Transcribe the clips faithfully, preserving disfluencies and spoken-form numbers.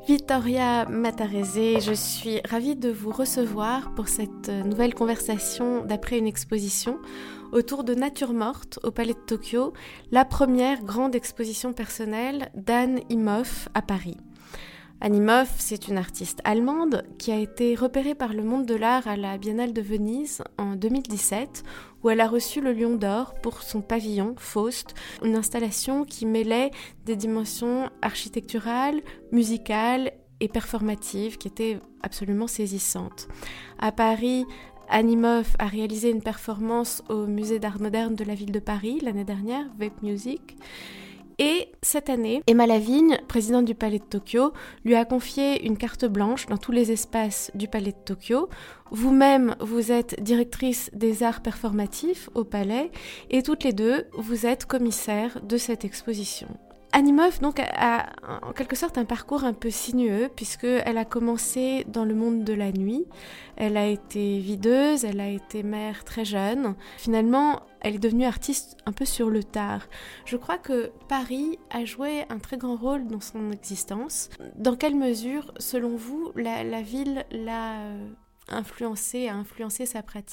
Vittoria Matarese, je suis ravie de vous recevoir pour cette nouvelle conversation d'après une exposition autour de Nature morte au Palais de Tokyo, la première grande exposition personnelle d'Anne Imhoff à Paris. Anne Imhoff, c'est une artiste allemande qui a été repérée par le monde de l'art à la Biennale de Venise en deux mille dix-sept, où elle a reçu le Lion d'Or pour son pavillon Faust, une installation qui mêlait des dimensions architecturales, musicales et performatives qui étaient absolument saisissantes. À Paris, Anne Imhoff a réalisé une performance au Musée d'art moderne de la ville de Paris l'année dernière, Vape Music. Et cette année, Emma Lavigne, présidente du Palais de Tokyo, lui a confié une carte blanche dans tous les espaces du Palais de Tokyo. Vous-même, vous êtes directrice des arts performatifs au Palais et toutes les deux, vous êtes commissaire de cette exposition. Anne Imhoff, donc, a en quelque sorte un parcours un peu sinueux puisqu'elle a commencé dans le monde de la nuit. Elle a été videuse, elle a été mère très jeune. Finalement, elle est devenue artiste un peu sur le tard. Je crois que Paris a joué un très grand rôle dans son existence. Dans quelle mesure, selon vous, la, la ville l'a influencée, a influencé sa pratique ?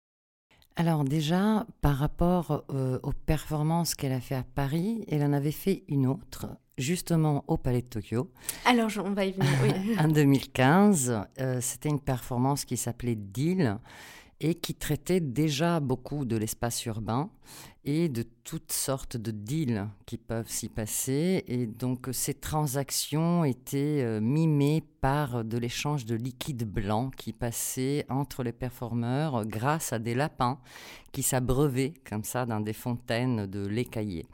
Alors déjà, par rapport euh, aux performances qu'elle a fait à Paris, elle en avait fait une autre, justement au Palais de Tokyo. Alors, on va y venir, oui. En deux mille quinze, euh, c'était une performance qui s'appelait Deal et qui traitait déjà beaucoup de l'espace urbain et de toutes sortes de deals qui peuvent s'y passer. Et donc, ces transactions étaient euh, mimées par de l'échange de liquide blanc qui passait entre les performeurs grâce à des lapins qui s'abreuvaient comme ça dans des fontaines de lait caillé.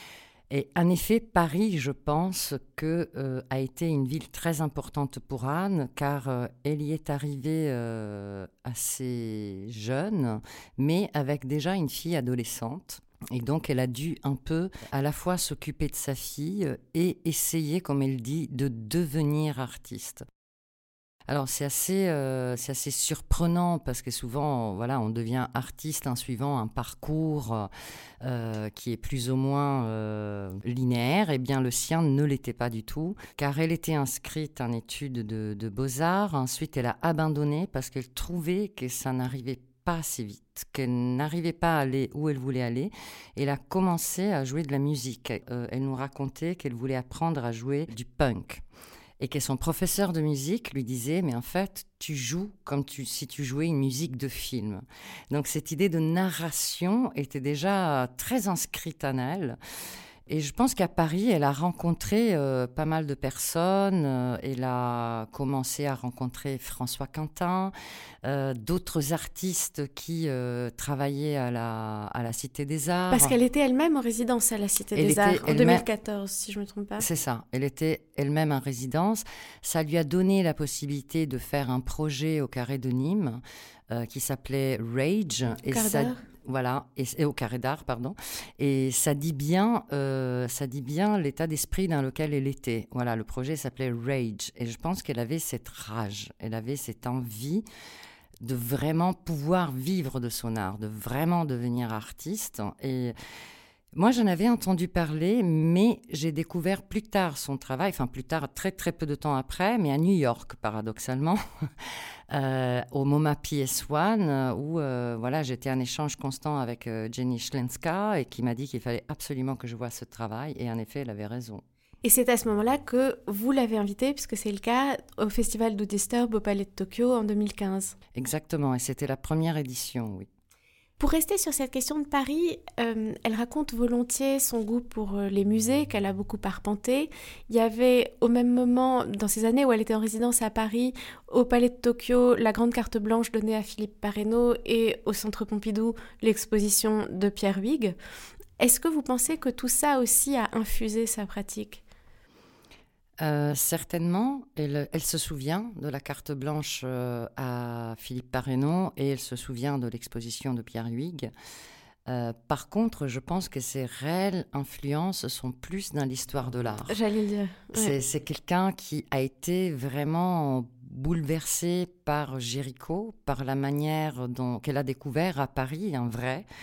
Et en effet, Paris, je pense, que, euh, a été une ville très importante pour Anne, car euh, elle y est arrivée euh, assez jeune, mais avec déjà une fille adolescente. Et donc, elle a dû un peu à la fois s'occuper de sa fille et essayer, comme elle dit, de devenir artiste. Alors c'est assez, euh, c'est assez surprenant parce que souvent voilà, on devient artiste en suivant un parcours euh, qui est plus ou moins euh, linéaire. Eh bien le sien ne l'était pas du tout car elle était inscrite en études de, de beaux-arts. Ensuite elle a abandonné parce qu'elle trouvait que ça n'arrivait pas assez vite, qu'elle n'arrivait pas à aller où elle voulait aller. Elle a commencé à jouer de la musique. Euh, elle nous racontait qu'elle voulait apprendre à jouer du punk. Et que son professeur de musique lui disait « mais en fait, tu joues comme tu, si tu jouais une musique de film ». Donc cette idée de narration était déjà très inscrite en elle. Et je pense qu'à Paris, elle a rencontré euh, pas mal de personnes. Euh, elle a commencé à rencontrer François Quentin, euh, d'autres artistes qui euh, travaillaient à la, à la Cité des Arts. Parce qu'elle était elle-même en résidence à la Cité elle des Arts en deux mille quatorze, si je ne me trompe pas. C'est ça, elle était elle-même en résidence. Ça lui a donné la possibilité de faire un projet au Carré de Nîmes euh, qui s'appelait Rage. Et ça... Voilà, et, et au Carré d'Art, pardon. Et ça dit bien, euh, ça dit bien l'état d'esprit dans lequel elle était. Voilà, le projet s'appelait Rage. Et je pense qu'elle avait cette rage, elle avait cette envie de vraiment pouvoir vivre de son art, de vraiment devenir artiste. Et moi, j'en avais entendu parler, mais j'ai découvert plus tard son travail, enfin plus tard, très très peu de temps après, mais à New York, paradoxalement, euh, au MoMA P S un, où euh, voilà, j'étais en échange constant avec euh, Jenny Schlenska et qui m'a dit qu'il fallait absolument que je voie ce travail, et en effet, elle avait raison. Et c'est à ce moment-là que vous l'avez invitée, puisque c'est le cas, au Festival Do Disturb au Palais de Tokyo en deux mille quinze. Exactement, et c'était la première édition, oui. Pour rester sur cette question de Paris, euh, elle raconte volontiers son goût pour euh, les musées qu'elle a beaucoup arpenté. Il y avait au même moment, dans ces années où elle était en résidence à Paris, au Palais de Tokyo, la grande carte blanche donnée à Philippe Parreno et au Centre Pompidou, l'exposition de Pierre Huyghe. Est-ce que vous pensez que tout ça aussi a infusé sa pratique ? Euh, certainement, elle, elle se souvient de la carte blanche euh, à Philippe Parreno et elle se souvient de l'exposition de Pierre Huyghe. Euh, par contre, je pense que ses réelles influences sont plus dans l'histoire de l'art. J'allais le dire. Ouais. C'est, c'est quelqu'un qui a été vraiment bouleversé par Géricault, par la manière dont, qu'elle a découvert à Paris, en vrai.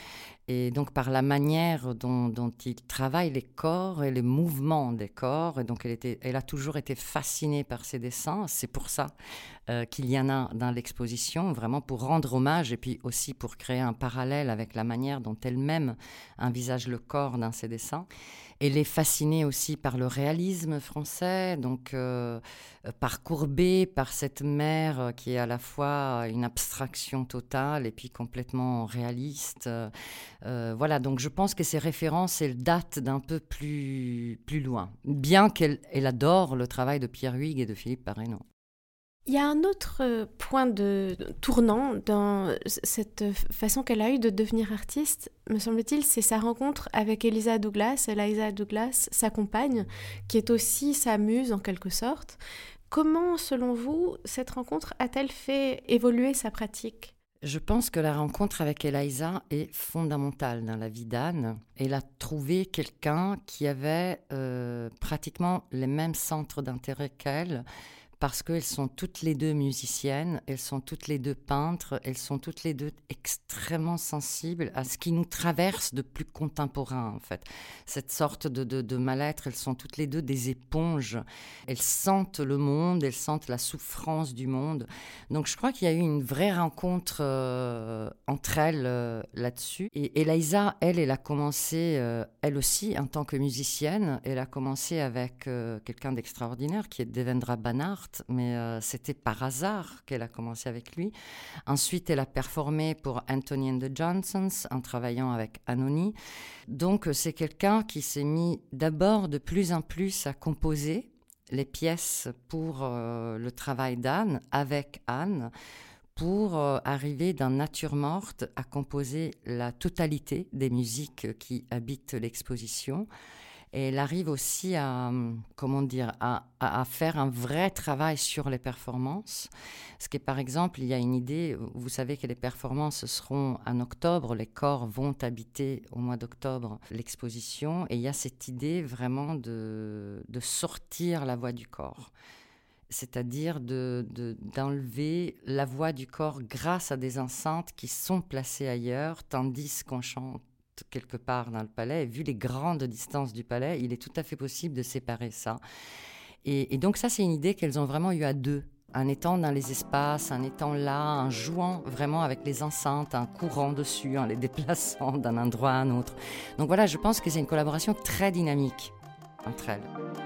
Et donc par la manière dont, dont il travaille les corps et les mouvements des corps. Et donc elle, était, elle a toujours été fascinée par ces dessins. C'est pour ça euh, qu'il y en a dans l'exposition, vraiment pour rendre hommage et puis aussi pour créer un parallèle avec la manière dont elle-même envisage le corps dans ses dessins. Elle est fascinée aussi par le réalisme français, donc euh, par Courbet, par cette mer qui est à la fois une abstraction totale et puis complètement réaliste. Euh, voilà, donc je pense que ces références, elles datent d'un peu plus, plus loin, bien qu'elle elle adore le travail de Pierre Huyghe et de Philippe Parreno. Il y a un autre point de tournant dans cette façon qu'elle a eue de devenir artiste, me semble-t-il, c'est sa rencontre avec Eliza Douglas, Eliza Douglas, sa compagne, qui est aussi sa muse en quelque sorte. Comment, selon vous, cette rencontre a-t-elle fait évoluer sa pratique ? Je pense que la rencontre avec Eliza est fondamentale dans la vie d'Anne. Elle a trouvé quelqu'un qui avait euh, pratiquement les mêmes centres d'intérêt qu'elle, parce qu'elles sont toutes les deux musiciennes, elles sont toutes les deux peintres, elles sont toutes les deux extrêmement sensibles à ce qui nous traverse de plus contemporain, en fait. Cette sorte de, de, de mal-être, elles sont toutes les deux des éponges. Elles sentent le monde, elles sentent la souffrance du monde. Donc je crois qu'il y a eu une vraie rencontre euh, entre elles euh, là-dessus. Et Eliza, elle, elle a commencé, euh, elle aussi, en tant que musicienne, elle a commencé avec euh, quelqu'un d'extraordinaire qui est Devendra Banhart, mais euh, c'était par hasard qu'elle a commencé avec lui. Ensuite, elle a performé pour Anthony and the Johnsons en travaillant avec Anony. Donc, c'est quelqu'un qui s'est mis d'abord de plus en plus à composer les pièces pour euh, le travail d'Anne, avec Anne, pour euh, arriver dans Nature morte à composer la totalité des musiques qui habitent l'exposition. Et elle arrive aussi à, comment dire, à, à, à faire un vrai travail sur les performances. Parce que, par exemple, il y a une idée, vous savez que les performances seront en octobre, les corps vont habiter au mois d'octobre l'exposition, et il y a cette idée vraiment de, de sortir la voix du corps. C'est-à-dire de, de, d'enlever la voix du corps grâce à des enceintes qui sont placées ailleurs, tandis qu'on chante quelque part dans le palais. Et vu les grandes distances du palais, il est tout à fait possible de séparer ça. Et, et donc ça, c'est une idée qu'elles ont vraiment eue à deux, en étant dans les espaces, en étant là, en jouant vraiment avec les enceintes, en courant dessus, en les déplaçant d'un endroit à un autre. Donc voilà, je pense que c'est une collaboration très dynamique entre elles.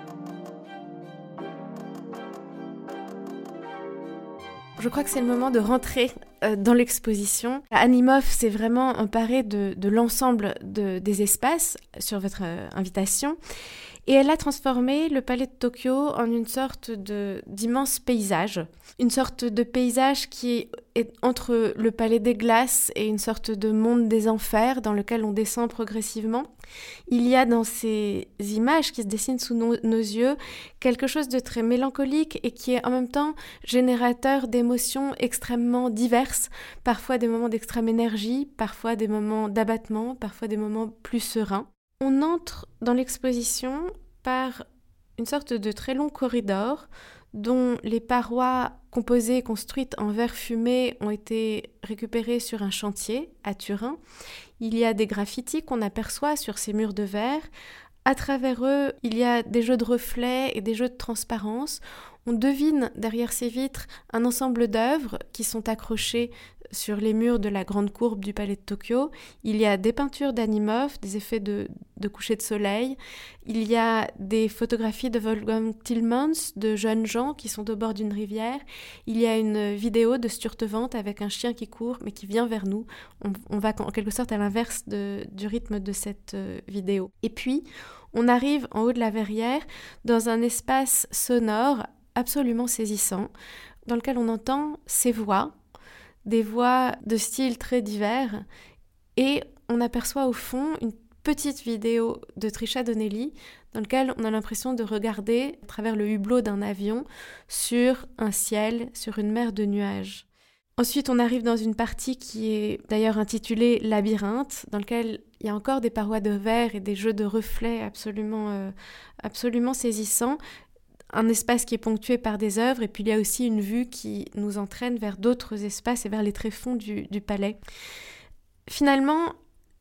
Je crois que c'est le moment de rentrer euh, dans l'exposition. Animoff s'est vraiment emparée de, de l'ensemble de, des espaces sur votre euh, invitation. Et elle a transformé le palais de Tokyo en une sorte de, d'immense paysage. Une sorte de paysage qui est entre le palais des glaces et une sorte de monde des enfers dans lequel on descend progressivement. Il y a dans ces images qui se dessinent sous nos, nos yeux quelque chose de très mélancolique et qui est en même temps générateur d'émotions extrêmement diverses, parfois des moments d'extrême énergie, parfois des moments d'abattement, parfois des moments plus sereins. On entre dans l'exposition par une sorte de très long corridor dont les parois composées et construites en verre fumé ont été récupérées sur un chantier à Turin. Il y a des graffitis qu'on aperçoit sur ces murs de verre. À travers eux, il y a des jeux de reflets et des jeux de transparence. On devine derrière ces vitres un ensemble d'œuvres qui sont accrochées sur les murs de la grande courbe du palais de Tokyo. Il y a des peintures d'Animoff, des effets de, de coucher de soleil. Il y a des photographies de Wolfgang Tillmans, de jeunes gens qui sont au bord d'une rivière. Il y a une vidéo de Sturtevant avec un chien qui court mais qui vient vers nous. On, on va en quelque sorte à l'inverse de, du rythme de cette euh, vidéo. Et puis, on arrive en haut de la verrière dans un espace sonore absolument saisissant, dans lequel on entend ces voix, des voix de styles très divers, et on aperçoit au fond une petite vidéo de Trisha Donnelly, dans laquelle on a l'impression de regarder à travers le hublot d'un avion sur un ciel, sur une mer de nuages. Ensuite, on arrive dans une partie qui est d'ailleurs intitulée Labyrinthe, dans laquelle il y a encore des parois de verre et des jeux de reflets absolument, euh, absolument saisissants. Un espace qui est ponctué par des œuvres, et puis il y a aussi une vue qui nous entraîne vers d'autres espaces et vers les tréfonds du, du palais. Finalement,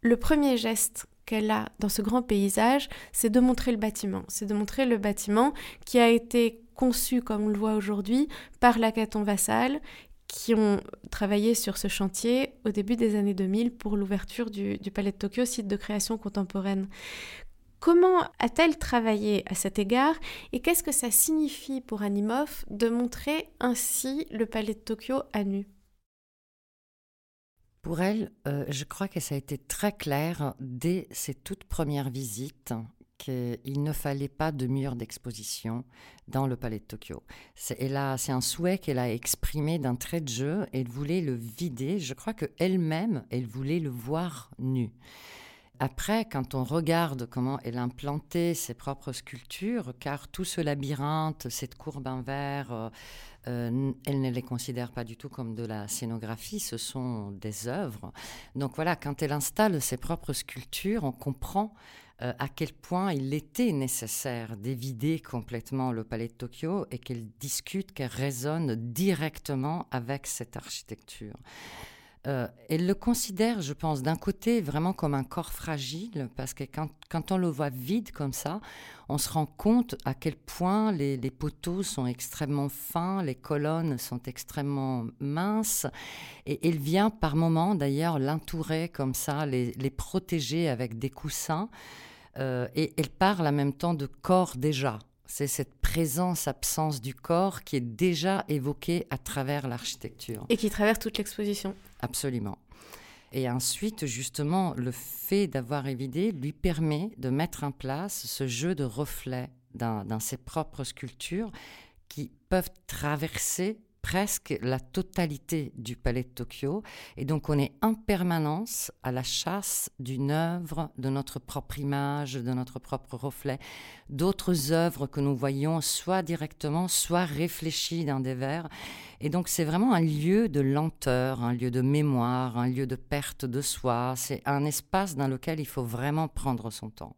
le premier geste qu'elle a dans ce grand paysage, c'est de montrer le bâtiment. C'est de montrer le bâtiment qui a été conçu, comme on le voit aujourd'hui, par Lacaton Vassal, qui ont travaillé sur ce chantier au début des années deux mille pour l'ouverture du, du Palais de Tokyo, site de création contemporaine. Comment a-t-elle travaillé à cet égard et qu'est-ce que ça signifie pour Animoff de montrer ainsi le Palais de Tokyo à nu ? Pour elle, euh, je crois que ça a été très clair dès ses toutes premières visites qu'il ne fallait pas de mur d'exposition dans le Palais de Tokyo. C'est, elle a, c'est un souhait qu'elle a exprimé d'un trait de jeu. Elle voulait le vider. Je crois qu'elle-même, elle voulait le voir nu. Après, quand on regarde comment elle a implanté ses propres sculptures, car tout ce labyrinthe, cette courbe en verre, euh, euh, elle ne les considère pas du tout comme de la scénographie, ce sont des œuvres. Donc voilà, quand elle installe ses propres sculptures, on comprend euh, à quel point il était nécessaire d'évider complètement le Palais de Tokyo et qu'elle discute, qu'elle résonne directement avec cette architecture. Euh, elle le considère, je pense, d'un côté vraiment comme un corps fragile, parce que quand, quand on le voit vide comme ça, on se rend compte à quel point les, les poteaux sont extrêmement fins, les colonnes sont extrêmement minces, et elle vient par moments d'ailleurs l'entourer comme ça, les, les protéger avec des coussins, euh, et elle parle en même temps de corps déjà. C'est cette présence-absence du corps qui est déjà évoquée à travers l'architecture. Et qui traverse toute l'exposition. Absolument. Et ensuite, justement, le fait d'avoir évidé lui permet de mettre en place ce jeu de reflets dans, dans ses propres sculptures qui peuvent traverser presque la totalité du Palais de Tokyo. Et donc, on est en permanence à la chasse d'une œuvre, de notre propre image, de notre propre reflet, d'autres œuvres que nous voyons soit directement, soit réfléchies dans des verres. Et donc, c'est vraiment un lieu de lenteur, un lieu de mémoire, un lieu de perte de soi. C'est un espace dans lequel il faut vraiment prendre son temps.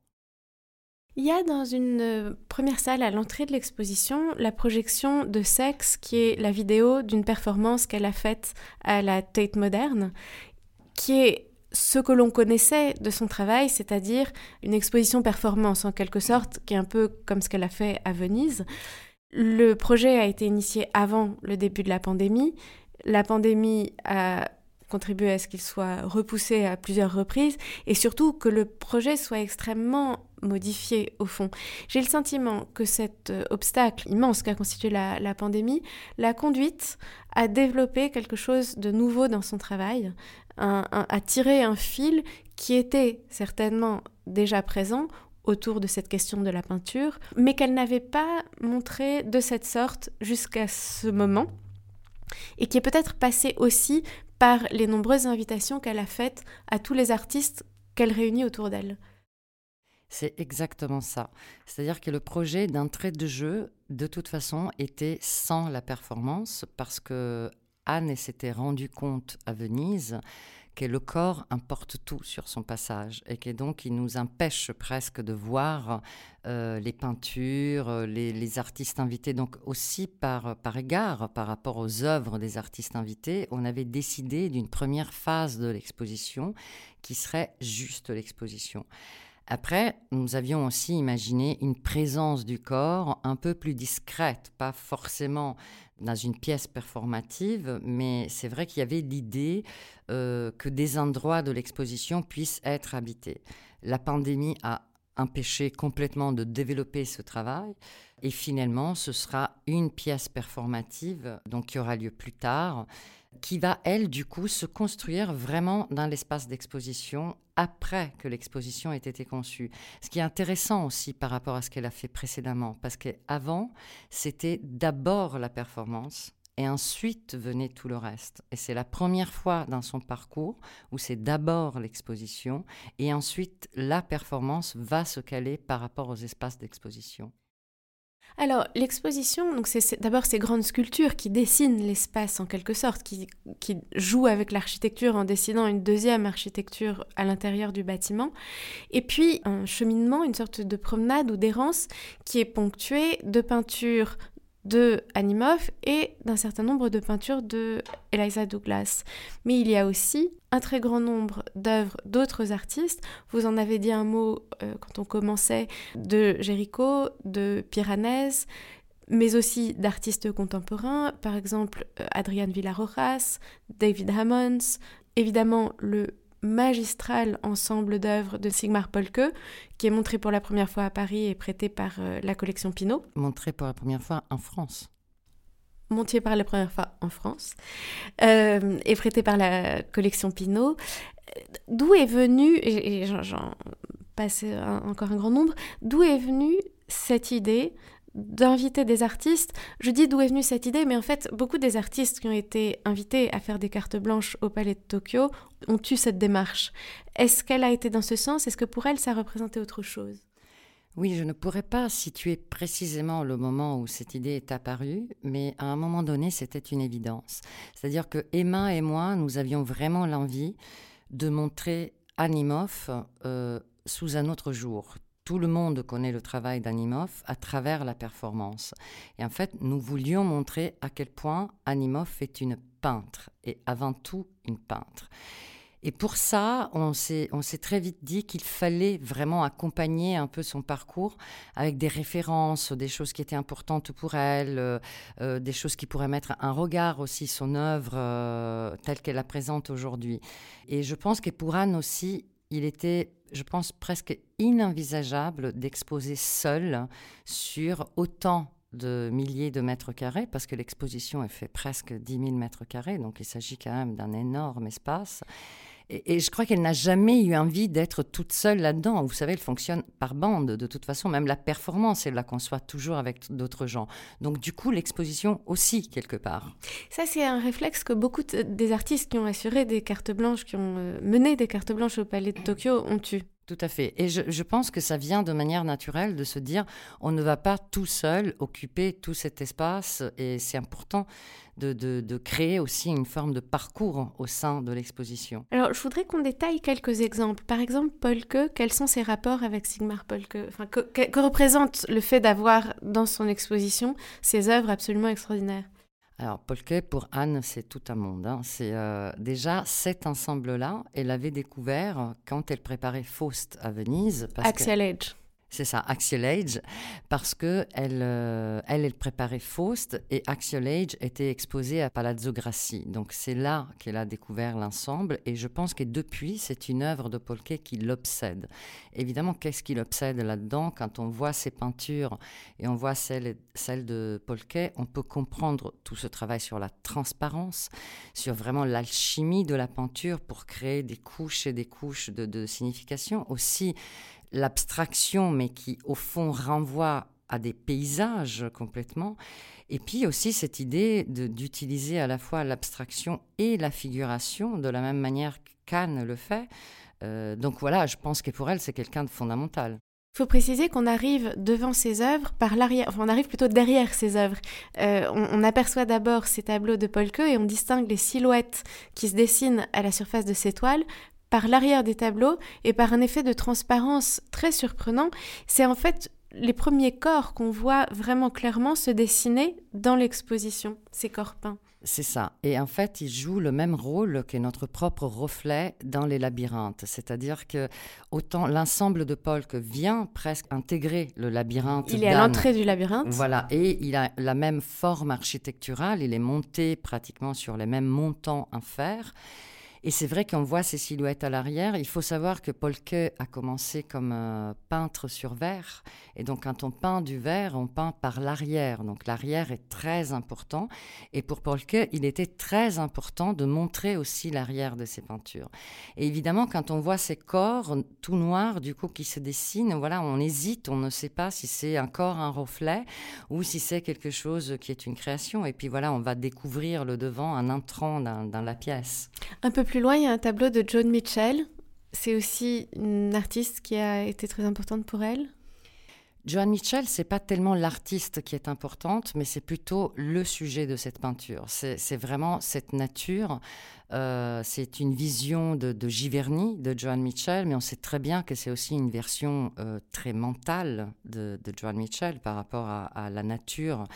Il y a dans une première salle à l'entrée de l'exposition la projection de Sex, qui est la vidéo d'une performance qu'elle a faite à la Tate Moderne, qui est ce que l'on connaissait de son travail, c'est-à-dire une exposition performance en quelque sorte, qui est un peu comme ce qu'elle a fait à Venise. Le projet a été initié avant le début de la pandémie. La pandémie a contribué à ce qu'il soit repoussé à plusieurs reprises et surtout que le projet soit extrêmement modifié au fond. J'ai le sentiment que cet obstacle immense qu'a constitué la, la pandémie l'a conduite à développer quelque chose de nouveau dans son travail, un, un, à tirer un fil qui était certainement déjà présent autour de cette question de la peinture, mais qu'elle n'avait pas montré de cette sorte jusqu'à ce moment, et qui est peut-être passé aussi par les nombreuses invitations qu'elle a faites à tous les artistes qu'elle réunit autour d'elle. C'est exactement ça. C'est-à-dire que le projet d'entrée de jeu, de toute façon, était sans la performance, parce que Anne s'était rendue compte à Venise que le corps importe tout sur son passage et que donc il nous empêche presque de voir euh, les peintures, les, les artistes invités. Donc aussi par, par égard par rapport aux œuvres des artistes invités, on avait décidé d'une première phase de l'exposition qui serait juste l'exposition. Après, nous avions aussi imaginé une présence du corps un peu plus discrète, pas forcément dans une pièce performative, mais c'est vrai qu'il y avait l'idée euh, que des endroits de l'exposition puissent être habités. La pandémie a empêché complètement de développer ce travail et finalement, ce sera une pièce performative donc qui aura lieu plus tard, qui va, elle, du coup, se construire vraiment dans l'espace d'exposition après que l'exposition ait été conçue. Ce qui est intéressant aussi par rapport à ce qu'elle a fait précédemment, parce qu'avant, c'était d'abord la performance et ensuite venait tout le reste. Et c'est la première fois dans son parcours où c'est d'abord l'exposition et ensuite la performance va se caler par rapport aux espaces d'exposition. Alors, l'exposition, donc c'est, c'est d'abord ces grandes sculptures qui dessinent l'espace en quelque sorte, qui, qui jouent avec l'architecture en dessinant une deuxième architecture à l'intérieur du bâtiment. Et puis, un cheminement, une sorte de promenade ou d'errance qui est ponctuée de peintures de Animoff et d'un certain nombre de peintures de Eliza Douglas. Mais il y a aussi un très grand nombre d'œuvres d'autres artistes. Vous en avez dit un mot euh, quand on commençait, de Géricault, de Piranèse, mais aussi d'artistes contemporains, par exemple euh, Adrián Vilar-Rojas, David Hammons, évidemment le magistral ensemble d'œuvres de Sigmar Polke, qui est montré pour la première fois à Paris et prêté par euh, la collection Pinault. Montré pour la première fois en France. Monté par la première fois en France, euh, et prêté par la collection Pinault. D'où est venue, et, et j'en, j'en passe un, encore un grand nombre, d'où est venue cette idée d'inviter des artistes. Je dis d'où est venue cette idée, mais en fait, beaucoup des artistes qui ont été invités à faire des cartes blanches au Palais de Tokyo ont eu cette démarche. Est-ce qu'elle a été dans ce sens ? Est-ce que pour elle, ça représentait autre chose ? Oui, je ne pourrais pas situer précisément le moment où cette idée est apparue, mais à un moment donné, c'était une évidence. C'est-à-dire que Emma et moi, nous avions vraiment l'envie de montrer Animoff euh, sous un autre jour. Tout le monde connaît le travail d'Animoff à travers la performance. Et en fait, nous voulions montrer à quel point Animoff est une peintre, et avant tout une peintre. Et pour ça, on s'est, on s'est très vite dit qu'il fallait vraiment accompagner un peu son parcours avec des références, des choses qui étaient importantes pour elle, euh, euh, des choses qui pourraient mettre un regard aussi son œuvre euh, telle qu'elle la présente aujourd'hui. Et je pense que pour Anne aussi, il était, je pense, presque inenvisageable d'exposer seule sur autant de milliers de mètres carrés, parce que l'exposition est fait presque dix mille mètres carrés, donc il s'agit quand même d'un énorme espace. Et, et je crois qu'elle n'a jamais eu envie d'être toute seule là-dedans. Vous savez, elle fonctionne par bande, de toute façon. Même la performance, elle la conçoit toujours avec d'autres gens. Donc du coup, l'exposition aussi, quelque part. Ça, c'est un réflexe que beaucoup de, des artistes qui ont assuré des cartes blanches, qui ont euh, mené des cartes blanches au Palais de Tokyo, ont eu. Tout à fait. Et je, je pense que ça vient de manière naturelle de se dire on ne va pas tout seul occuper tout cet espace, et c'est important de, de, de créer aussi une forme de parcours au sein de l'exposition. Alors, je voudrais qu'on détaille quelques exemples. Par exemple, Polke, quels sont ses rapports avec Sigmar Polke ? Enfin, que, que, que représente le fait d'avoir dans son exposition ces œuvres absolument extraordinaires ? Alors, Polke, pour Anne, c'est tout un monde. Hein. C'est, euh, déjà, cet ensemble-là, elle l'avait découvert quand elle préparait Faust à Venise. Parce Axial que... Age. C'est ça, Axial Age, parce qu'elle euh, elle, elle préparait Faust, et Axial Age était exposé à Palazzo Grassi. Donc c'est là qu'elle a découvert l'ensemble, et je pense que depuis, c'est une œuvre de Polke qui l'obsède. Évidemment, qu'est-ce qui l'obsède là-dedans ? Quand on voit ses peintures et on voit celles, celles de Polke, on peut comprendre tout ce travail sur la transparence, sur vraiment l'alchimie de la peinture pour créer des couches et des couches de, de signification. Aussi, l'abstraction, mais qui, au fond, renvoie à des paysages complètement. Et puis aussi cette idée de, d'utiliser à la fois l'abstraction et la figuration de la même manière qu'Anne le fait. Euh, donc voilà, je pense que pour elle, c'est quelqu'un de fondamental. Il faut préciser qu'on arrive devant ces œuvres par l'arrière, enfin on arrive plutôt derrière ces œuvres. Euh, on, on aperçoit d'abord ces tableaux de Polke et on distingue les silhouettes qui se dessinent à la surface de ces toiles par l'arrière des tableaux et par un effet de transparence très surprenant. C'est en fait les premiers corps qu'on voit vraiment clairement se dessiner dans l'exposition, ces corps peints. C'est ça. Et en fait, il joue le même rôle que notre propre reflet dans les labyrinthes. C'est-à-dire que autant l'ensemble de Polke vient presque intégrer le labyrinthe. Il est à l'entrée du labyrinthe. Voilà. Et il a la même forme architecturale. Il est monté pratiquement sur les mêmes montants en fer. Et c'est vrai qu'on voit ces silhouettes à l'arrière. Il faut savoir que Polke a commencé comme euh, peintre sur verre. Et donc, quand on peint du verre, on peint par l'arrière. Donc, l'arrière est très important. Et pour Polke, il était très important de montrer aussi l'arrière de ses peintures. Et évidemment, quand on voit ces corps tout noirs, du coup, qui se dessinent, voilà, on hésite. On ne sait pas si c'est encore un reflet ou si c'est quelque chose qui est une création. Et puis, voilà, on va découvrir le devant en entrant dans, dans la pièce. Un peu plus loin, il y a un tableau de Joan Mitchell. C'est aussi une artiste qui a été très importante pour elle. Joan Mitchell, c'est pas tellement l'artiste qui est importante, mais c'est plutôt le sujet de cette peinture. C'est, c'est vraiment cette nature. Euh, c'est une vision de, de Giverny, de Joan Mitchell, mais on sait très bien que c'est aussi une version euh, très mentale de, de Joan Mitchell par rapport à, à la nature.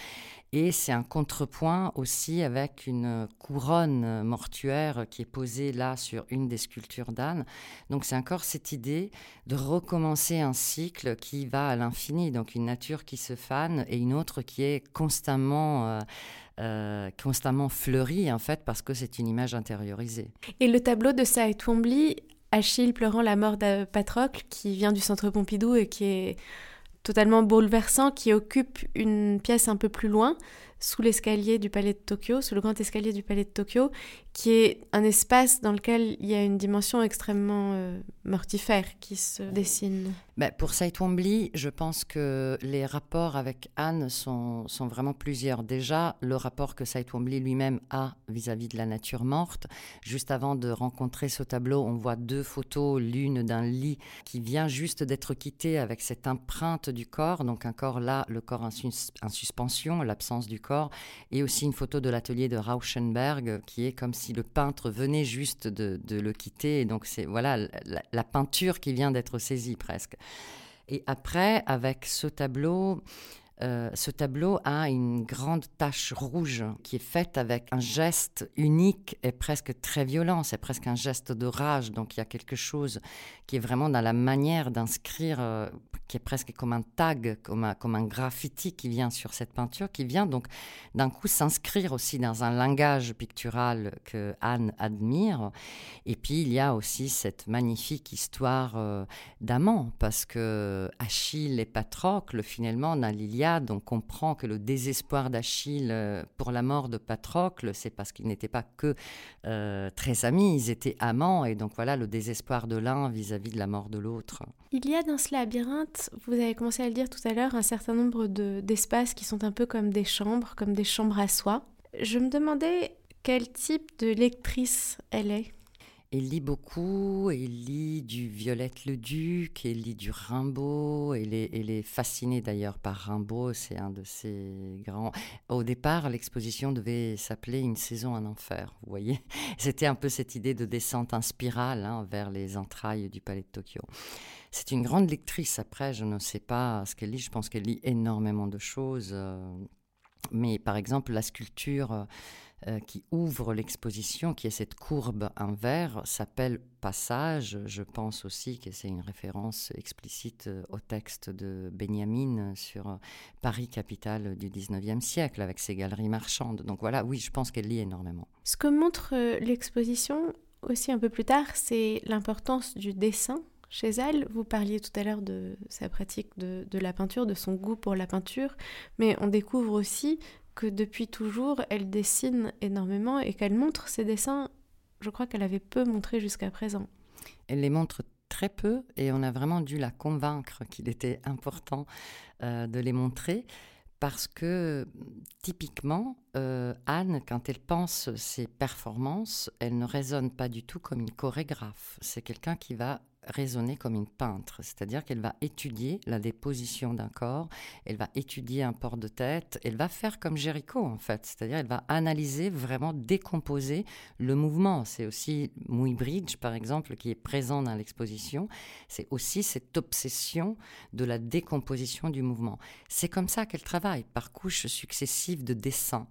Et c'est un contrepoint aussi avec une couronne mortuaire qui est posée là sur une des sculptures d'Anne. Donc c'est encore cette idée de recommencer un cycle qui va à l'infini, donc une nature qui se fane et une autre qui est constamment, euh, euh, constamment fleurie en fait parce que c'est une image intériorisée. Et le tableau de Saïd Twombly, Achille pleurant la mort de Patrocle, qui vient du Centre Pompidou et qui est totalement bouleversant, qui occupe une pièce un peu plus loin, sous l'escalier du Palais de Tokyo, sous le grand escalier du Palais de Tokyo, qui est un espace dans lequel il y a une dimension extrêmement euh, mortifère qui se dessine. Ben, pour Saïd Twombly, je pense que les rapports avec Anne sont, sont vraiment plusieurs. Déjà, le rapport que Saïd Twombly lui-même a vis-à-vis de la nature morte. Juste avant de rencontrer ce tableau, on voit deux photos, l'une d'un lit qui vient juste d'être quitté avec cette empreinte du corps, donc un corps là, le corps en, sus- en suspension, l'absence du corps, et aussi une photo de l'atelier de Rauschenberg qui est comme si le peintre venait juste de, de le quitter. Et donc c'est voilà la, la peinture qui vient d'être saisie presque. Et après, avec ce tableau, euh, ce tableau a une grande tache rouge qui est faite avec un geste unique et presque très violent. C'est presque un geste de rage. Donc il y a quelque chose qui est vraiment dans la manière d'inscrire, euh, qui est presque comme un tag, comme un, comme un graffiti qui vient sur cette peinture, qui vient donc d'un coup s'inscrire aussi dans un langage pictural que Anne admire. Et puis il y a aussi cette magnifique histoire euh, d'amants, parce que Achille et Patrocle, finalement, dans l'Iliade, on comprend que le désespoir d'Achille euh, pour la mort de Patrocle, c'est parce qu'ils n'étaient pas que euh, très amis, ils étaient amants, et donc voilà le désespoir de l'un vis-à-vis de la mort de l'autre. Il y a dans ce labyrinthe, vous avez commencé à le dire tout à l'heure, un certain nombre de, d'espaces qui sont un peu comme des chambres, comme des chambres à soi. Je me demandais quel type de lectrice elle est. Elle lit beaucoup, elle lit du Violette-le-Duc, elle lit du Rimbaud, elle est, elle est fascinée d'ailleurs par Rimbaud, c'est un de ses grands... Au départ, l'exposition devait s'appeler Une saison en enfer, vous voyez. C'était un peu cette idée de descente en spirale hein, vers les entrailles du Palais de Tokyo. C'est une grande lectrice, après je ne sais pas ce qu'elle lit, je pense qu'elle lit énormément de choses, euh, mais par exemple la sculpture... Euh, qui ouvre l'exposition, qui est cette courbe en verre, s'appelle Passage. Je pense aussi que c'est une référence explicite euh, au texte de Benjamin sur euh, Paris, capitale du dix-neuvième siècle, avec ses galeries marchandes. Donc voilà, oui, je pense qu'elle lit énormément. Ce que montre euh, l'exposition, aussi un peu plus tard, c'est l'importance du dessin. Chez elle, vous parliez tout à l'heure de sa pratique de, de la peinture, de son goût pour la peinture, mais on découvre aussi que depuis toujours, elle dessine énormément et qu'elle montre ses dessins, je crois qu'elle avait peu montré jusqu'à présent. Elle les montre très peu et on a vraiment dû la convaincre qu'il était important euh, de les montrer parce que typiquement, euh, Anne, quand elle pense ses performances, elle ne raisonne pas du tout comme une chorégraphe. C'est quelqu'un qui va raisonner comme une peintre, c'est-à-dire qu'elle va étudier la déposition d'un corps, elle va étudier un port de tête, elle va faire comme Géricault en fait, c'est-à-dire elle va analyser, vraiment décomposer le mouvement. C'est aussi Muybridge par exemple qui est présent dans l'exposition, c'est aussi cette obsession de la décomposition du mouvement. C'est comme ça qu'elle travaille, par couches successives de dessins.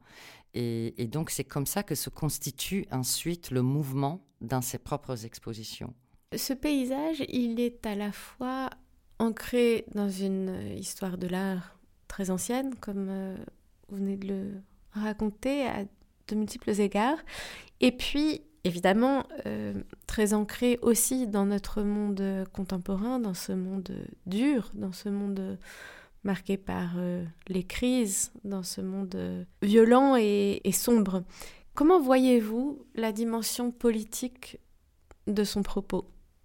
Et, et donc c'est comme ça que se constitue ensuite le mouvement dans ses propres expositions. Ce paysage, il est à la fois ancré dans une histoire de l'art très ancienne, comme euh, vous venez de le raconter à de multiples égards, et puis évidemment euh, très ancré aussi dans notre monde contemporain, dans ce monde dur, dans ce monde marqué par euh, les crises, dans ce monde euh, violent et, et sombre. Comment voyez-vous la dimension politique de son propos ?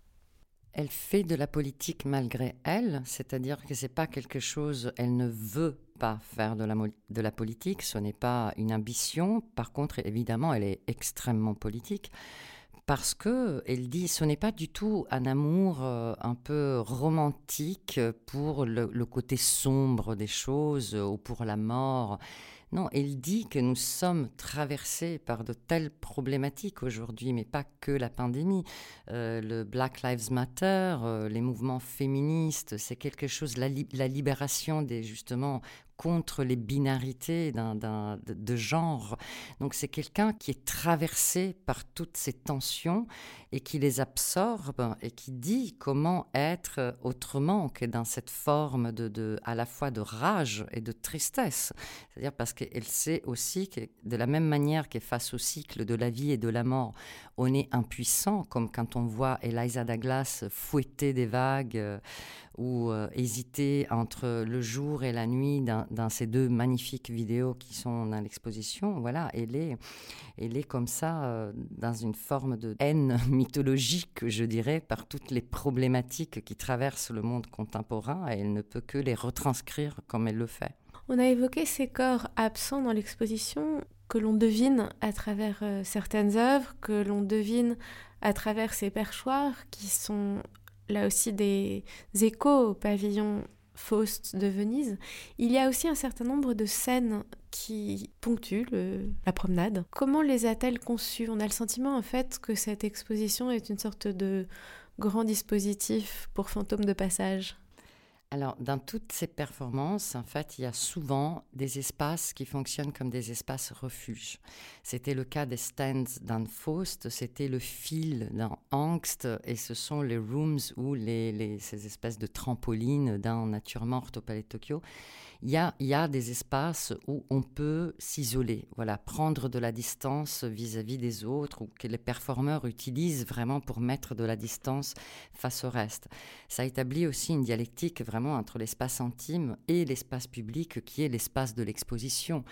Elle fait de la politique malgré elle, c'est-à-dire que c'est pas quelque chose, elle ne veut pas faire de la, de la politique, ce n'est pas une ambition. Par contre, évidemment, elle est extrêmement politique parce qu'elle dit ce n'est pas du tout un amour euh, un peu romantique pour le, le côté sombre des choses ou pour la mort. Non, elle dit que nous sommes traversés par de telles problématiques aujourd'hui, mais pas que la pandémie. Euh, le Black Lives Matter, euh, les mouvements féministes, c'est quelque chose, la, li- la libération des justement contre les binarités d'un, d'un, de, de genre. Donc c'est quelqu'un qui est traversé par toutes ces tensions et qui les absorbe et qui dit comment être autrement que dans cette forme de, de, à la fois de rage et de tristesse. C'est-à-dire parce qu'elle sait aussi que de la même manière qu'elle face au cycle de la vie et de la mort, on est impuissant, comme quand on voit Eliza Douglas fouetter des vagues euh, ou euh, hésiter entre le jour et la nuit dans, dans ces deux magnifiques vidéos qui sont dans l'exposition. Voilà, elle est, elle est comme ça euh, dans une forme de haine mythologique, je dirais, par toutes les problématiques qui traversent le monde contemporain, et elle ne peut que les retranscrire comme elle le fait. On a évoqué ces corps absents dans l'exposition que l'on devine à travers euh, certaines œuvres, que l'on devine à travers ces perchoirs qui sont là aussi des échos au pavillon Faust de Venise. Il y a aussi un certain nombre de scènes qui ponctuent le, la promenade. Comment les a-t-elle conçues ? On a le sentiment en fait que cette exposition est une sorte de grand dispositif pour fantômes de passage. Alors, dans toutes ces performances, en fait, il y a souvent des espaces qui fonctionnent comme des espaces refuges. C'était le cas des stands dans Faust, c'était le fil dans Angst, et ce sont les rooms ou les, les, ces espèces de trampolines dans Nature morte au Palais de Tokyo. Il y a, il y a des espaces où on peut s'isoler, voilà, prendre de la distance vis-à-vis des autres, ou que les performeurs utilisent vraiment pour mettre de la distance face au reste. Ça établit aussi une dialectique vraiment entre l'espace intime et l'espace public qui est l'espace de l'exposition.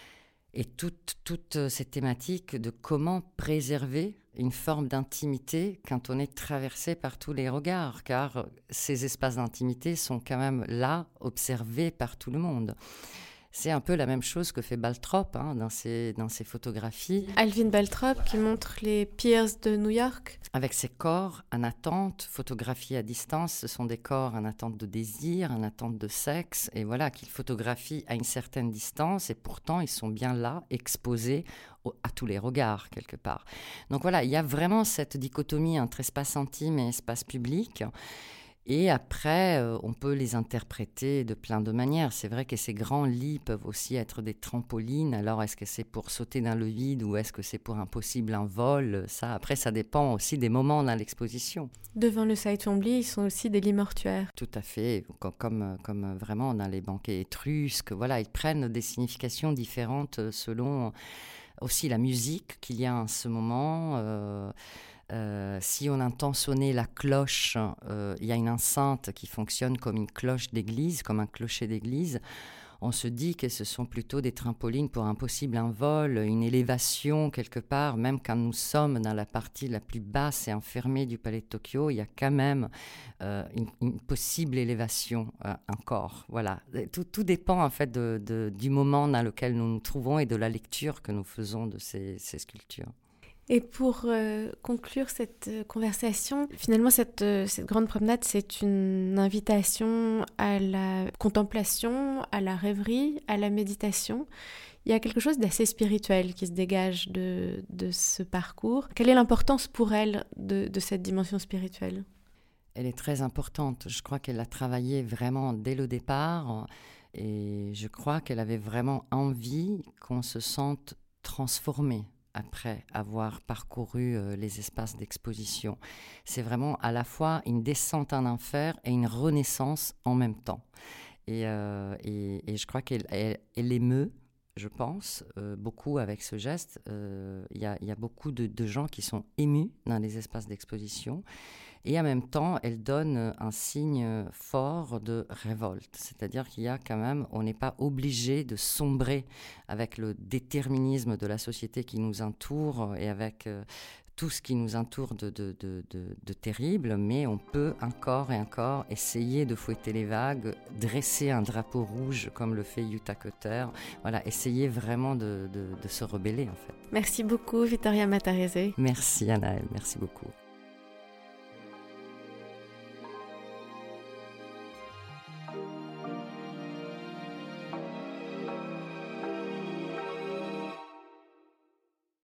Et toute, toute cette thématique de comment préserver une forme d'intimité quand on est traversé par tous les regards, car ces espaces d'intimité sont quand même là, observés par tout le monde. C'est un peu la même chose que fait Baltrop hein, dans, ses, dans ses photographies. Alvin Baltrop qui montre les piers de New York. Avec ses corps en attente, photographiés à distance, ce sont des corps en attente de désir, en attente de sexe, et voilà, qu'il photographie à une certaine distance, et pourtant ils sont bien là, exposés au, à tous les regards, quelque part. Donc voilà, il y a vraiment cette dichotomie entre espace intime et espace public. Et après, euh, on peut les interpréter de plein de manières. C'est vrai que ces grands lits peuvent aussi être des trampolines. Alors, est-ce que c'est pour sauter dans le vide ou est-ce que c'est pour un possible un vol ? Ça, après, ça dépend aussi des moments dans l'exposition. Devant le site Chambly, ils sont aussi des lits mortuaires. Tout à fait, comme, comme vraiment dans les banquets étrusques. Voilà, ils prennent des significations différentes selon aussi la musique qu'il y a en ce moment. Euh, Euh, si on entend sonner la cloche, euh, il y a une enceinte qui fonctionne comme une cloche d'église, comme un clocher d'église. On se dit que ce sont plutôt des trampolines pour un possible envol, une élévation quelque part. Même quand nous sommes dans la partie la plus basse et enfermée du Palais de Tokyo, il y a quand même euh, une, une possible élévation euh, encore. Voilà. Tout, tout dépend en fait de, de, du moment dans lequel nous nous trouvons et de la lecture que nous faisons de ces, ces sculptures. Et pour euh, conclure cette euh, conversation, finalement, cette, euh, cette grande promenade, c'est une invitation à la contemplation, à la rêverie, à la méditation. Il y a quelque chose d'assez spirituel qui se dégage de, de ce parcours. Quelle est l'importance pour elle de, de cette dimension spirituelle ? Elle est très importante. Je crois qu'elle a travaillé vraiment dès le départ et je crois qu'elle avait vraiment envie qu'on se sente transformé après avoir parcouru euh, les espaces d'exposition. C'est vraiment à la fois une descente en enfer et une renaissance en même temps. Et, euh, et, et je crois qu'elle elle, elle émeut, je pense, euh, beaucoup avec ce geste. Euh, il y a, y a beaucoup de, de gens qui sont émus dans les espaces d'exposition. Et en même temps, elle donne un signe fort de révolte. C'est-à-dire qu'il y a quand même, on n'est pas obligé de sombrer avec le déterminisme de la société qui nous entoure et avec euh, tout ce qui nous entoure de, de, de, de, de terrible, mais on peut encore et encore essayer de fouetter les vagues, dresser un drapeau rouge comme le fait Jutta Kötter. Voilà, essayer vraiment de, de, de se rebeller en fait. Merci beaucoup Vittoria Matarese. Merci Anaëlle, merci beaucoup.